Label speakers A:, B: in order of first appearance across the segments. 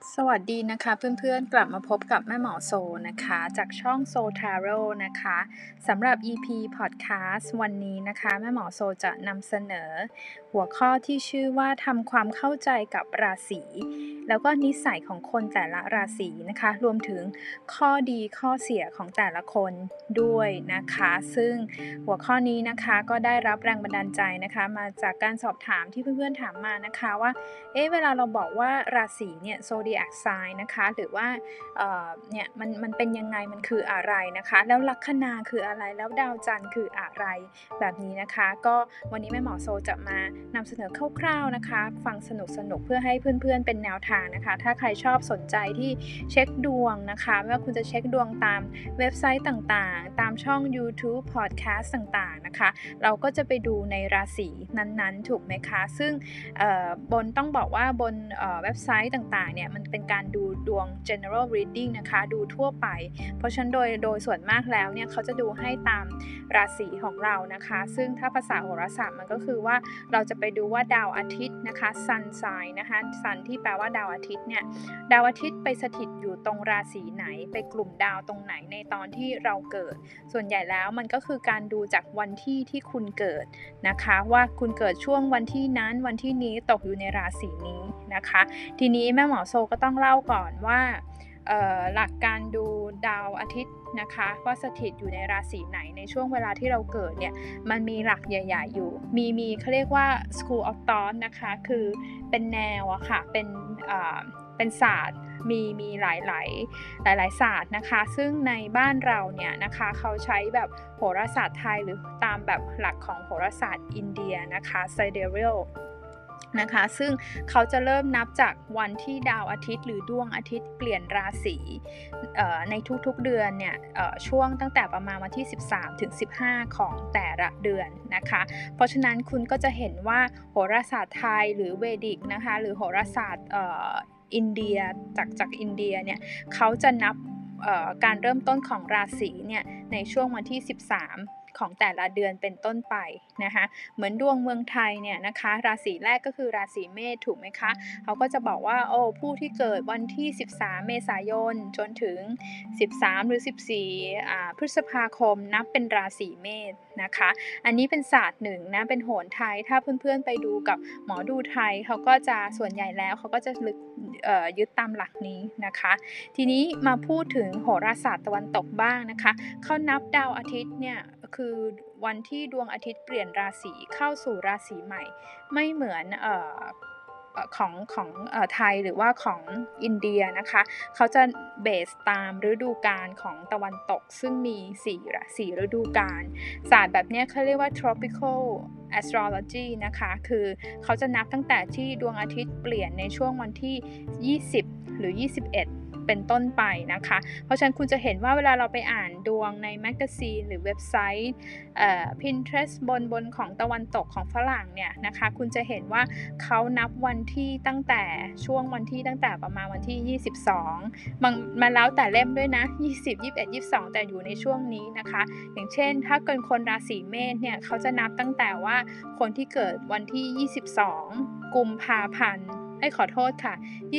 A: สวัสดีนะคะเพื่อนๆกลับมาพบกับแม่หมอโซนะคะจากช่อง Soul Tarot นะคะสำหรับ EP Podcast วันนี้นะคะแม่หมอโซจะนำเสนอหัวข้อที่ชื่อว่าทำความเข้าใจกับราศีแล้วก็นิสัยของคนแต่ละราศีนะคะรวมถึงข้อดีข้อเสียของแต่ละคนด้วยนะคะซึ่งหัวข้อนี้นะคะก็ได้รับแรงบันดาลใจนะคะมาจากการสอบถามที่เพื่อนๆถามมานะคะว่าเวลาเราบอกว่าราศีเนี่ย zodiac sign นะคะหรือว่าเนี่ยมันเป็นยังไงมันคืออะไรนะคะแล้วลัคนาคืออะไรแล้วดาวจันทร์คืออะไรแบบนี้นะคะก็วันนี้แม่หมอโซจะมานำเสนอคร่าวๆนะคะฟังสนุกๆเพื่อให้เพื่อนๆเป็นแนวทางนะคะถ้าใครชอบสนใจที่เช็คดวงนะคะไม่ว่าคุณจะเช็คดวงตามเว็บไซต์ต่างๆตามช่อง YouTube Podcast ต่างๆนะคะเราก็จะไปดูในราศีนั้นๆถูกไหมคะซึ่งต้องบอกว่าบนเว็บไซต์ต่างๆเนี่ยมันเป็นการดูดวง general reading นะคะดูทั่วไปเพราะฉะนั้นโดยส่วนมากแล้วเนี่ยเขาจะดูให้ตามราศีของเรานะคะซึ่งถ้าภาษาโหราศาสตร์มันก็คือว่าเราจะไปดูว่าดาวอาทิตย์นะคะ sun sign นะคะ sun ที่แปลว่าดาวอาทิตย์เนี่ยดาวอาทิตย์ไปสถิตอยู่ตรงราศีไหนไปกลุ่มดาวตรงไหนในตอนที่เราเกิดส่วนใหญ่แล้วมันก็คือการดูจากวันที่คุณเกิดนะคะว่าคุณเกิดช่วงวันที่นั้นวันที่นี้ตกอยู่ในราศีนี้นะคะทีนี้แม่หมอโซก็ต้องเล่าก่อนว่าหลักการดูดาวอาทิตย์นะคะว่าสถิตอยู่ในราศีไหนในช่วงเวลาที่เราเกิดเนี่ยมันมีหลักใหญ่ๆอยู่มีเขาเรียกว่า school of thought นะคะคือเป็นแนวอะค่ะเป็นศาสตร์มีหลายศาสตร์นะคะซึ่งในบ้านเราเนี่ยนะคะเขาใช้แบบโหราศาสตร์ไทยหรือตามแบบหลักของโหราศาสตร์อินเดียนะคะ sidereal นะคะซึ่งเขาจะเริ่มนับจากวันที่ดาวอาทิตย์หรือดวงอาทิตย์เปลี่ยนราศีในทุกๆเดือนเนี่ยช่วงตั้งแต่ประมาณวันที่13ถึง15ของแต่ละเดือนนะคะเพราะฉะนั้นคุณก็จะเห็นว่าโหราศาสตร์ไทยหรือเวดิกนะคะหรือโหราศาสตร์อินเดียจากอินเดียเนี่ยเขาจะนับการเริ่มต้นของราศีเนี่ยในช่วงวันที่13ของแต่ละเดือนเป็นต้นไปนะคะเหมือนดวงเมืองไทยเนี่ยนะคะราศีแรกก็คือราศีเมษถูกไหมคะเขาก็จะบอกว่าผู้ที่เกิดวันที่13เมษายนจนถึง13หรือ14พฤษภาคมนับเป็นราศีเมษนะคะอันนี้เป็นศาสตร์หนึ่งนะเป็นโหราไทยถ้าเพื่อนๆไปดูกับหมอดูไทยเขาก็จะส่วนใหญ่แล้วเขาก็จะยึดตามหลักนี้นะคะทีนี้มาพูดถึงโหราศาสตร์ตะวันตกบ้างนะคะเขานับดาวอาทิตย์เนี่ยคือวันที่ดวงอาทิตย์เปลี่ยนราศีเข้าสู่ราศีใหม่ไม่เหมือนของไทยหรือว่าของอินเดียนะคะเขาจะเบสตามฤดูกาลของตะวันตกซึ่งมี4ฤดูกาลศาสตร์แบบนี้เขาเรียกว่า tropical astrology นะคะคือเขาจะนับตั้งแต่ที่ดวงอาทิตย์เปลี่ยนในช่วงวันที่20หรือ21เป็นต้นไปนะคะเพราะฉะนั้นคุณจะเห็นว่าเวลาเราไปอ่านดวงในแมกกาซีนหรือเว็บไซต์Pinterest บนของตะวันตกของฝรั่งเนี่ยนะคะคุณจะเห็นว่าเขานับวันที่ตั้งแต่ช่วงวันที่ตั้งแต่ประมาณวันที่22มันแล้วแต่เล่มด้วยนะ20 21 22แต่อยู่ในช่วงนี้นะคะอย่างเช่นถ้าเกิดคนราศีเมษเนี่ยเขาจะนับตั้งแต่ว่าคนที่เกิดวันที่22กุมภาพันธ์ขอโทษค่ะ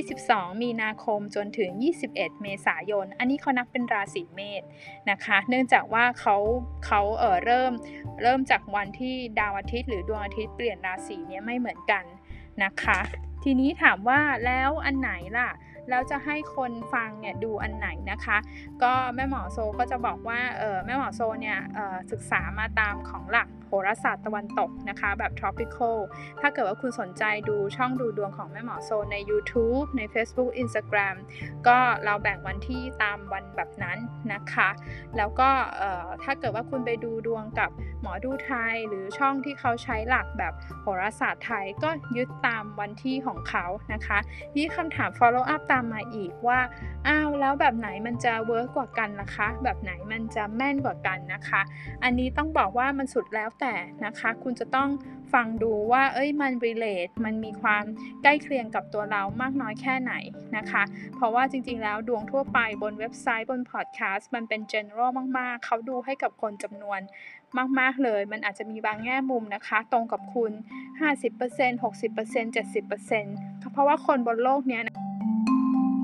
A: 22มีนาคมจนถึง21เมษายนอันนี้เขานับเป็นราศีเมษนะคะเนื่องจากว่าเขาเริ่มจากวันที่ดาวอาทิตย์หรือดวงอาทิตย์เปลี่ยนราศีเนี่ยไม่เหมือนกันนะคะทีนี้ถามว่าแล้วอันไหนล่ะแล้วจะให้คนฟังเนี่ยดูอันไหนนะคะก็แม่หมอโซก็จะบอกว่าแม่หมอโซเนี่ยศึกษามาตามของหลักโหราศาสตร์ตะวันตกนะคะแบบ tropical ถ้าเกิดว่าคุณสนใจดูช่องดูดวงของแม่หมอโซใน YouTube ใน Facebook Instagram ก็เราแบ่งวันที่ตามวันแบบนั้นนะคะแล้วก็ถ้าเกิดว่าคุณไปดูดวงกับหมอดูไทยหรือช่องที่เขาใช้หลักแบบโหราศาสตร์ไทยก็ยึดตามวันที่ของเขานะคะนี่คำถาม follow up ตามมาอีกว่าแล้วแบบไหนมันจะเวิร์กกว่ากันล่ะคะแบบไหนมันจะแม่นกว่ากันนะคะอันนี้ต้องบอกว่ามันสุดแล้วแต่นะคะคุณจะต้องฟังดูว่ามัน relate มันมีความใกล้เคียงกับตัวเรามากน้อยแค่ไหนนะคะเพราะว่าจริงๆแล้วดวงทั่วไปบนเว็บไซต์บนพอดแคสต์มันเป็น general มากๆเขาดูให้กับคนจำนวนมากๆเลยมันอาจจะมีบางแง่มุมนะคะตรงกับคุณ 50% 60% 70% เพราะว่าคนบนโลกนี้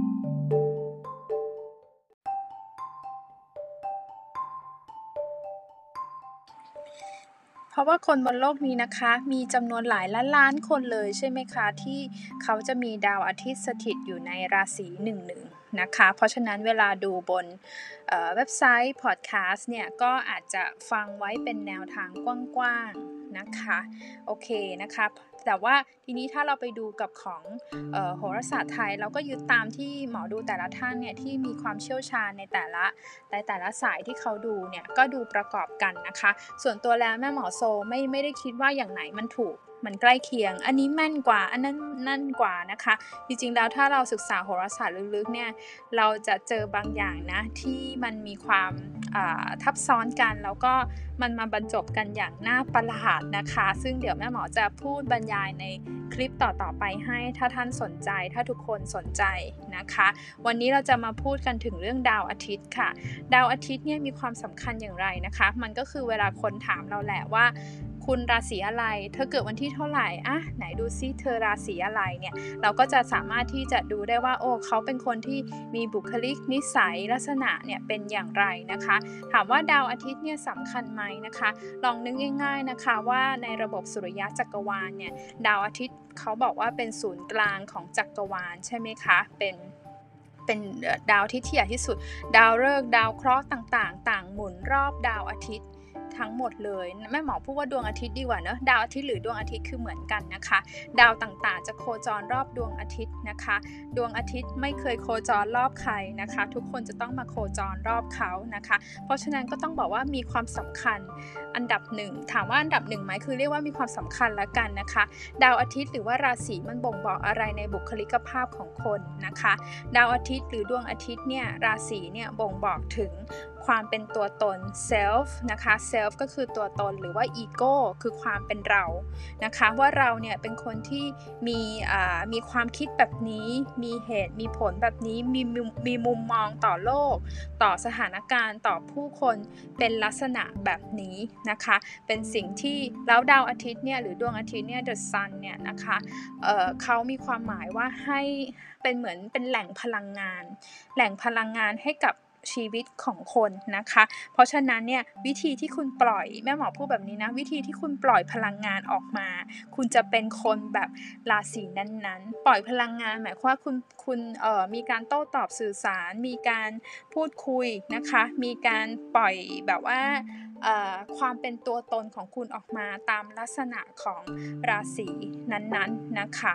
A: ราะว่าคนบนโลกนี้นะคะมีจำนวนหลายล้านคนเลยใช่ไหมคะที่เขาจะมีดาวอาทิตย์สถิตอยู่ในราศีหนึ่งนะคะเพราะฉะนั้นเวลาดูบนเว็บไซต์พอดแคสต์เนี่ยก็อาจจะฟังไว้เป็นแนวทางกว้างๆนะคะโอเคนะคะแต่ว่าทีนี้ถ้าเราไปดูกับของโหราศาสตร์ไทยเราก็ยึดตามที่หมอดูแต่ละท่านเนี่ยที่มีความเชี่ยวชาญในแต่ละสายที่เขาดูเนี่ยก็ดูประกอบกันนะคะส่วนตัวแล้วแม่หมอโซไม่ได้คิดว่าอย่างไหนมันถูกมันใกล้เคียงอันนี้แม่นกว่าอันนั้นนั่นกว่านะคะจริงๆแล้วถ้าเราศึกษาโหราศาสตร์ลึกๆเนี่ยเราจะเจอบางอย่างนะที่มันมีความทับซ้อนกันแล้วก็มันมาบรรจบกันอย่างน่าประหลาดนะคะซึ่งเดี๋ยวแม่หมอจะพูดบรรยายในคลิปต่อๆไปให้ถ้าท่านสนใจถ้าทุกคนสนใจนะคะวันนี้เราจะมาพูดกันถึงเรื่องดาวอาทิตย์ค่ะดาวอาทิตย์เนี่ยมีความสำคัญอย่างไรนะคะมันก็คือเวลาคนถามเราแหละว่าคุณราศีอะไรเธอเกิดวันที่เท่าไหร่ไหนดูซิเธอราศีอะไรเนี่ยเราก็จะสามารถที่จะดูได้ว่าเขาเป็นคนที่มีบุคลิกนิสัยลักษณะเนี่ยเป็นอย่างไรนะคะถามว่าดาวอาทิตย์เนี่ยสำคัญไหมนะคะลองนึกง่ายๆนะคะว่าในระบบสุริยะจักรวาลเนี่ยดาวอาทิตย์เขาบอกว่าเป็นศูนย์กลางของจักรวาลใช่ไหมคะเป็นดาวที่ใหญ่ที่สุดดาวฤกษ์ดาวเคราะห์ต่างๆต่างหมุนรอบดาวอาทิตย์ทั้งหมดเลยแม่หมอพูดว่าดวงอาทิตย์ดีกว่าเนอะดาวอาทิตย์หรือดวงอาทิตย์คือเหมือนกันนะคะดาวต่างๆจะโคจรรอบดวงอาทิตย์นะคะดวงอาทิตย์ไม่เคยโคจรรอบใครนะคะทุกคนจะต้องมาโคจรรอบเขานะคะเพราะฉะนั้นก็ต้องบอกว่ามีความสำคัญอันดับหนึ่งถามว่าอันดับหนึ่งไหมคือเรียกว่ามีความสำคัญแล้วกันนะคะดาวอาทิตย์หรือว่าราศีมันบ่งบอกอะไรในบุคลิกภาพของคนนะคะดาวอาทิตย์หรือดวงอาทิตย์เนี่ยราศีเนี่ยบ่งบอกถึงความเป็นตัวตน self นะคะ self ก็คือตัวตนหรือว่า ego คือความเป็นเรานะคะว่าเราเนี่ยเป็นคนที่มีความคิดแบบนี้มีเหตุมีผลแบบนี้มีมุมมองต่อโลกต่อสถานการณ์ต่อผู้คนเป็นลักษณะแบบนี้นะคะเป็นสิ่งที่แล้วดาวอาทิตย์เนี่ยหรือดวงอาทิตย์เนี่ย the sun เนี่ยนะคะเขามีความหมายว่าให้เป็นเหมือนเป็นแหล่งพลังงานให้กับชีวิตของคนนะคะเพราะฉะนั้นเนี่ยวิธีที่คุณปล่อยแม่หมอพูดแบบนี้นะวิธีที่คุณปล่อยพลังงานออกมาคุณจะเป็นคนแบบราศีนั้นๆปล่อยพลังงานหมายความว่าคุณมีการโต้ตอบสื่อสารมีการพูดคุยนะคะมีการปล่อยแบบว่าความเป็นตัวตนของคุณออกมาตามลักษณะของราศีนั้นๆนะคะ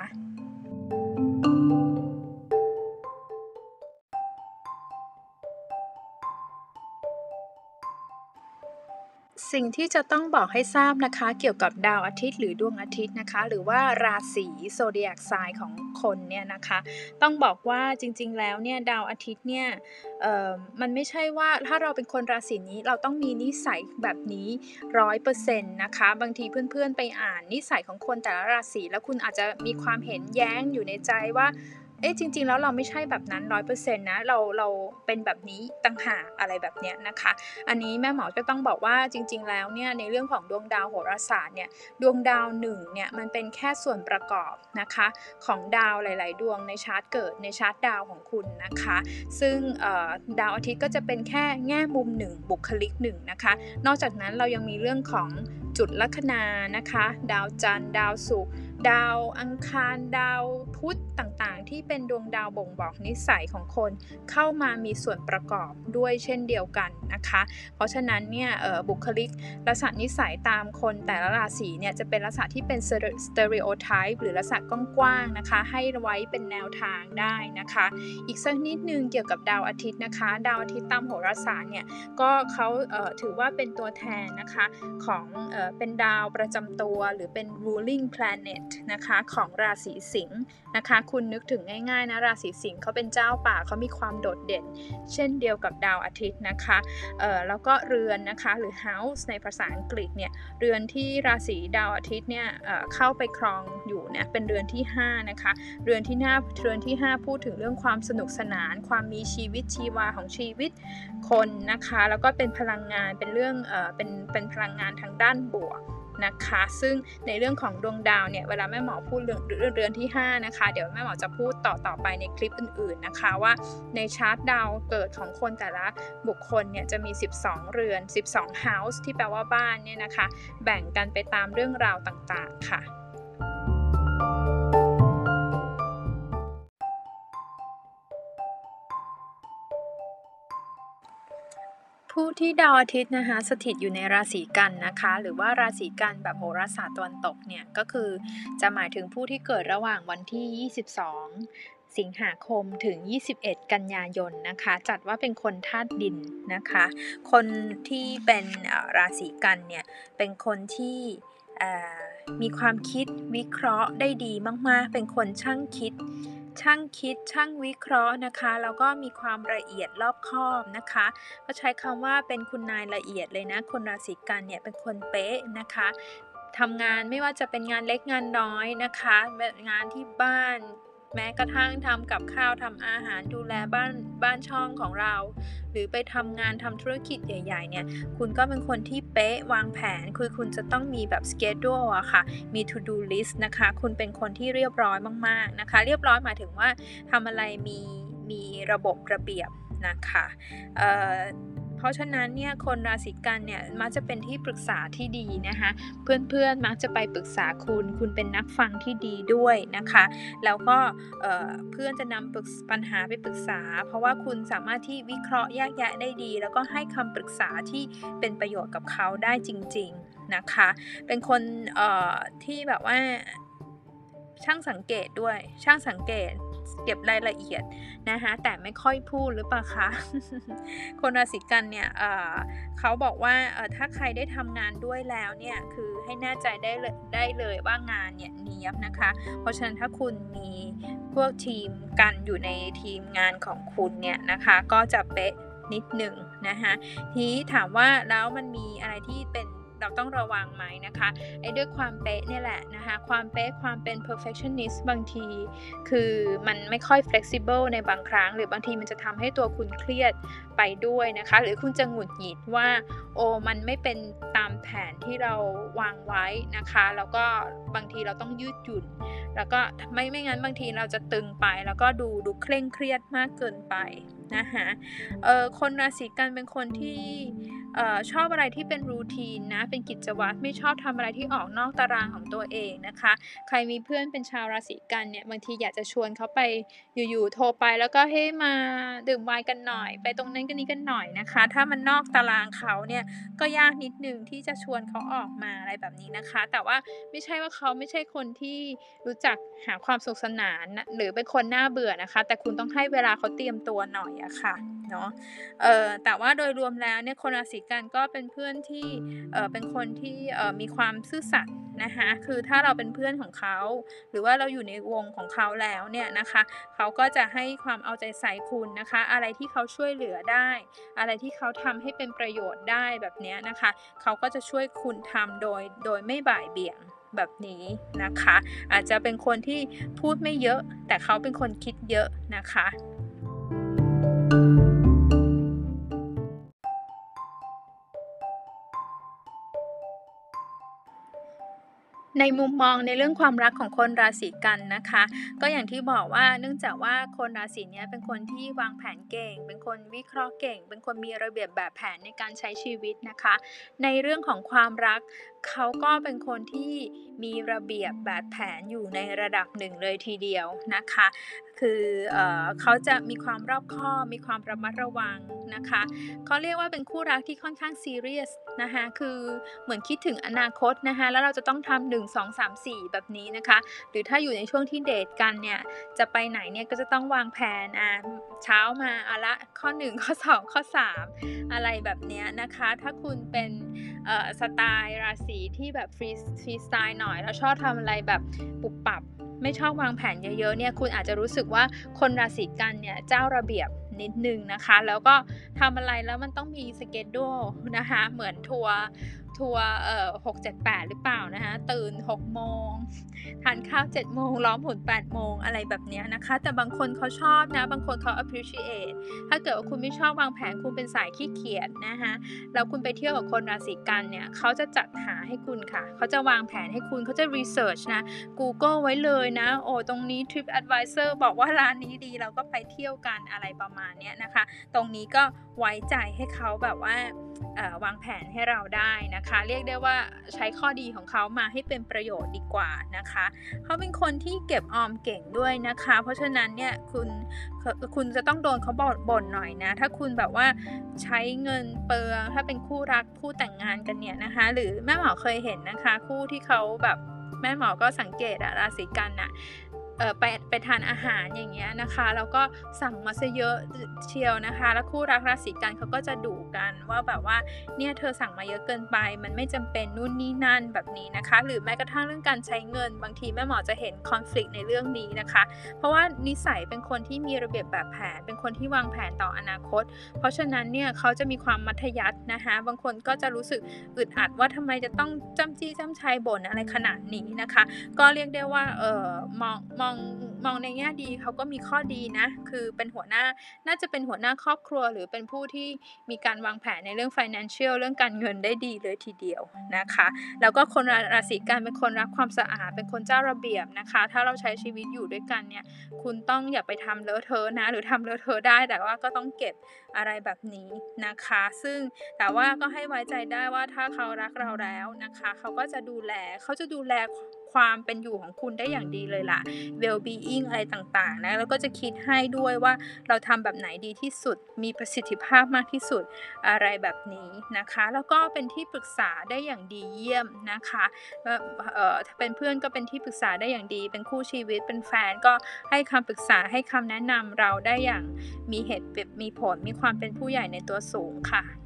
A: สิ่งที่จะต้องบอกให้ทราบนะคะเกี่ยวกับดาวอาทิตย์หรือดวงอาทิตย์นะคะหรือว่าราศีโซเดียกไซน์ของคนเนี่ยนะคะต้องบอกว่าจริงๆแล้วเนี่ยดาวอาทิตย์เนี่ยมันไม่ใช่ว่าถ้าเราเป็นคนราศีนี้เราต้องมีนิสัยแบบนี้ 100% นะคะบางทีเพื่อนๆไปอ่านนิสัยของคนแต่ละราศีแล้วคุณอาจจะมีความเห็นแย้งอยู่ในใจว่าจริงๆแล้วเราไม่ใช่แบบนั้น 100% นะเราเป็นแบบนี้ต่างหากอะไรแบบเนี้ยนะคะอันนี้แม่หมอก็ต้องบอกว่าจริงๆแล้วเนี่ยในเรื่องของดวงดาวโหราศาสตร์เนี่ยดวงดาวหนึ่งเนี่ยมันเป็นแค่ส่วนประกอบนะคะของดาวหลายๆดวงในชาร์ตเกิดในชาร์ตดาวของคุณนะคะซึ่งดาวอาทิตย์ก็จะเป็นแค่แง่มุมหนึ่งบุคลิกหนึ่งนะคะนอกจากนั้นเรายังมีเรื่องของจุดลัคนานะคะดาวจันทร์ดาวศุกร์ดาวอังคารดาวพุธต่างๆที่เป็นดวงดาวบ่งบอกนิสัยของคนเข้ามามีส่วนประกอบด้วยเช่นเดียวกันนะคะเพราะฉะนั้นเนี่ยบุคลิกลักษณะนิสัยตามคนแต่ละราศีเนี่ยจะเป็นลักษณะที่เป็น stereotype หรือลักษณะกว้างๆนะคะให้ไว้เป็นแนวทางได้นะคะอีกสักนิดนึงเกี่ยวกับดาวอาทิตย์นะคะดาวอาทิตย์ตามโหราศาสตร์เนี่ยก็เขาถือว่าเป็นตัวแทนนะคะของเป็นดาวประจำตัวหรือเป็น ruling planet นะคะของราศีสิงห์นะคะคุณนึกถึงง่ายๆนะราศีสิงห์เขาเป็นเจ้าป่าเขามีความโดดเด่นเช่นเดียวกับดาวอาทิตย์นะคะแล้วก็เรือนนะคะหรือ house ในภาษาอังกฤษเนี่ยเรือนที่ราศีดาวอาทิตย์เนี่ยเข้าไปครองอยู่เนี่ยเป็นเรือนที่5นะคะเรือนที่5พูดถึงเรื่องความสนุกสนานความมีชีวิตชีวาของชีวิตคนนะคะแล้วก็เป็นพลังงานเป็นเรื่องเป็นพลังงานทางด้านบวกนะคะซึ่งในเรื่องของดวงดาวเนี่ยเวลาแม่หมอพูดเรื่องเรือนที่5นะคะเดี๋ยวแม่หมอจะพูดต่อไปในคลิปอื่นๆนะคะว่าในชาร์ตดาวเกิดของคนแต่ละบุคคลเนี่ยจะมี12เรือน12 house ที่แปลว่าบ้านเนี่ยนะคะแบ่งกันไปตามเรื่องราวต่างๆค่ะผู้ที่ดาวอาทิตย์นะคะสถิตอยู่ในราศีกันนะคะหรือว่าราศีกันแบบโหราศาสตร์ตะวันตกเนี่ยก็คือจะหมายถึงผู้ที่เกิดระหว่างวันที่22สิงหาคมถึง21กันยายนนะคะจัดว่าเป็นคนธาตุดินนะคะคนที่เป็นราศีกันเนี่ยเป็นคนที่มีความคิดวิเคราะห์ได้ดีมากๆเป็นคนช่างคิดช่างวิเคราะห์นะคะแล้วก็มีความละเอียดรอบคอบนะคะก็ใช้คำว่าเป็นคุณนายละเอียดเลยนะคนราศีกันเนี่ยเป็นคนเป๊ะนะคะทำงานไม่ว่าจะเป็นงานเล็กงานน้อยนะคะงานที่บ้านแม้กระทั่งทำกับข้าวทำอาหารดูแลบ้านช่องของเราหรือไปทำงานทำธุรกิจใหญ่ๆเนี่ยคุณก็เป็นคนที่เป๊ะวางแผนคือคุณจะต้องมีแบบ schedule อะค่ะมี to do list นะคะคุณเป็นคนที่เรียบร้อยมากๆนะคะเรียบร้อยหมายถึงว่าทำอะไรมีระบบระเบียบนะคะเพราะฉะนั้นเนี่ยคนราศีกันเนี่ยมักจะเป็นที่ปรึกษาที่ดีนะคะเพื่อนมักจะไปปรึกษาคุณเป็นนักฟังที่ดีด้วยนะคะแล้วก็เพื่อนจะนำปัญหาไปปรึกษาเพราะว่าคุณสามารถที่วิเคราะห์แยกแยะได้ดีแล้วก็ให้คำปรึกษาที่เป็นประโยชน์กับเขาได้จริงๆนะคะเป็นคนที่แบบว่าช่างสังเกตด้วยช่างสังเกตเก็บรายละเอียดนะคะแต่ไม่ค่อยพูดหรือเปล่าคะ คนราศีกันเนี่ยเขาบอกว่าถ้าใครได้ทำงานด้วยแล้วเนี่ยคือให้แน่ใจได้เลยว่างานเนี่ยเนียบนะคะเพราะฉะนั้นถ้าคุณมีพวกทีมกันอยู่ในทีมงานของคุณเนี่ยนะคะก็จะเป๊ะนิดหนึ่งนะคะทีนี้ถามว่าแล้วมันมีอะไรที่เป็นเราต้องระวังไหมนะคะด้วยความเป๊ะเนี่ยแหละนะคะความเป๊ะความเป็น perfectionist บางทีคือมันไม่ค่อย flexible ในบางครั้งหรือบางทีมันจะทำให้ตัวคุณเครียดไปด้วยนะคะหรือคุณจะหงุดหงิดว่ามันไม่เป็นตามแผนที่เราวางไว้นะคะแล้วก็บางทีเราต้องยืดหยุ่นแล้วก็ไม่งั้นบางทีเราจะตึงไปแล้วก็ดูเคร่งเครียดมากเกินไปนะคะคนราศีกันเป็นคนที่ชอบอะไรที่เป็นรูทีนนะเป็นกิจวัตรไม่ชอบทำอะไรที่ออกนอกตารางของตัวเองนะคะใครมีเพื่อนเป็นชาวราศีกันเนี่ยบางทีอยากจะชวนเขาไปอยู่ๆโทรไปแล้วก็ให้มาดื่มไวน์กันหน่อยไปตรงนั้นกันนี้กันหน่อยนะคะถ้ามันนอกตารางเขาเนี่ยก็ยากนิดนึงที่จะชวนเขาออกมาอะไรแบบนี้นะคะแต่ว่าไม่ใช่ว่าเขาไม่ใช่คนที่รู้จักหาความสุขสนานหรือเป็นคนน่าเบื่อนะคะแต่คุณต้องให้เวลาเขาเตรียมตัวหน่อยอะค่ะเนาะแต่ว่าโดยรวมแล้วเนี่ยคนราศีกันก็เป็นเพื่อนที่เป็นคนที่มีความซื่อสัตย์นะคะคือถ้าเราเป็นเพื่อนของเขาหรือว่าเราอยู่ในวงของเขาแล้วเนี่ยนะคะเขาก็จะให้ความเอาใจใส่คุณนะคะอะไรที่เขาช่วยเหลือได้อะไรที่เขาทำให้เป็นประโยชน์ได้แบบนี้นะคะเขาก็จะช่วยคุณทำโดยไม่บ่ายเบี่ยงแบบนี้นะคะอาจจะเป็นคนที่พูดไม่เยอะแต่เขาเป็นคนคิดเยอะนะคะในมุมมองในเรื่องความรักของคนราศีกันนะคะก็อย่างที่บอกว่าเนื่องจากว่าคนราศีนี้เป็นคนที่วางแผนเก่งเป็นคนวิเคราะห์เก่งเป็นคนมีระเบียบแบบแผนในการใช้ชีวิตนะคะในเรื่องของความรักเขาก็เป็นคนที่มีระเบียบแบบแผนอยู่ในระดับหนึ่งเลยทีเดียวนะคะคือเขาจะมีความรอบคอบมีความระมัดระวังนะคะเขาเรียกว่าเป็นคู่รักที่ค่อนข้างซีเรียสนะคะคือเหมือนคิดถึงอนาคตนะคะแล้วเราจะต้องทำ1 2 3 4แบบนี้นะคะหรือถ้าอยู่ในช่วงที่เดทกันเนี่ยจะไปไหนเนี่ยก็จะต้องวางแผนเช้ามาละข้อ1ข้อ2ข้อ3อะไรแบบนี้นะคะถ้าคุณเป็นสไตล์ราศีที่แบบฟรีสไตล์หน่อยแล้วชอบทำอะไรแบบปุบปับไม่ชอบวางแผนเยอะๆเนี่ยคุณอาจจะรู้สึกว่าคนราศีกันเนี่ยเจ้าระเบียบนิดนึงนะคะแล้วก็ทำอะไรแล้วมันต้องมีสเกจดูลนะคะเหมือนทัวร์6-7-8หรือเปล่านะคะตื่น6โมงทานข้าว7โมงล้อมหมุน8โมงอะไรแบบเนี้ยนะคะแต่บางคนเขาชอบนะบางคนเขา appreciate ถ้าเกิดว่าคุณไม่ชอบวางแผนคุณเป็นสายขี้เกียจนะคะแล้วคุณไปเที่ยวกับคนราศีกันเนี่ยเขาจะจัดหาให้คุณค่ะเขาจะวางแผนให้คุณเขาจะ research นะ Google ไว้เลยนะโอ้ตรงนี้ Trip Advisor บอกว่าร้านนี้ดีเราก็ไปเที่ยวกันอะไรประมาณเนี้ยนะคะตรงนี้ก็ไว้ใจให้เขาแบบว่าวางแผนให้เราได้นะคะเรียกได้ว่าใช้ข้อดีของเขามาให้เป็นประโยชน์ดีกว่านะคะเขาเป็นคนที่เก็บออมเก่งด้วยนะคะเพราะฉะนั้นเนี่ยคุณจะต้องโดนเขาบ่นหน่อยนะถ้าคุณแบบว่าใช้เงินเปลืองถ้าเป็นคู่รักคู่แต่งงานกันเนี่ยนะคะหรือแม่หมอเคยเห็นนะคะคู่ที่เขาแบบแม่หมอก็สังเกตอะราศีกันน่ะไปทานอาหารอย่างเงี้ยนะคะแล้วก็สั่งมาซะเยอะเชียวนะคะแล้วคู่รักราศีกันเขาก็จะดุกันว่าแบบว่าเนี่ยเธอสั่งมาเยอะเกินไปมันไม่จำเป็นนู่นนี่นั่นแบบนี้นะคะหรือแม้กระทั่งเรื่องการใช้เงินบางทีแม่หมอจะเห็นคอนฟลิกต์ในเรื่องนี้นะคะเพราะว่านิสัยเป็นคนที่มีระเบียบแบบแผนเป็นคนที่วางแผนต่ออนาคตเพราะฉะนั้นเนี่ยเขาจะมีความมัธยัสถ์นะคะบางคนก็จะรู้สึกอึดอัดว่าทำไมจะต้องจ้ำจี้จ้ำชัยบ่นอะไรขนาดนี้นะคะก็เรียกได้ว่ามองในแง่ดีเขาก็มีข้อดีนะคือเป็นหัวหน้าน่าจะเป็นหัวหน้าครอบครัวหรือเป็นผู้ที่มีการวางแผนในเรื่อง financial เรื่องการเงินได้ดีเลยทีเดียวนะคะแล้วก็คนราศีกันเป็นคนรักความสะอาดเป็นคนเจ้าระเบียบนะคะถ้าเราใช้ชีวิตอยู่ด้วยกันเนี่ยคุณต้องอย่าไปทำเลอะเทอะนะหรือทำเลอะเทอะได้แต่ว่าก็ต้องเก็บอะไรแบบนี้นะคะซึ่งแต่ว่าก็ให้ไว้ใจได้ว่าถ้าเขารักเราแล้วนะคะเขาจะดูแลความเป็นอยู่ของคุณได้อย่างดีเลยล่ะ well-being อะไรต่างๆนะแล้วก็จะคิดให้ด้วยว่าเราทำแบบไหนดีที่สุดมีประสิทธิภาพมากที่สุดอะไรแบบนี้นะคะแล้วก็เป็นที่ปรึกษาได้อย่างดีเยี่ยมนะคะถ้าเป็นเพื่อนก็เป็นที่ปรึกษาได้อย่างดีเป็นคู่ชีวิตเป็นแฟนก็ให้คำปรึกษาให้คำแนะนำเราได้อย่างมีเหตุมีผลมีความเป็นผู้ใหญ่ในตัวสูงค่ะ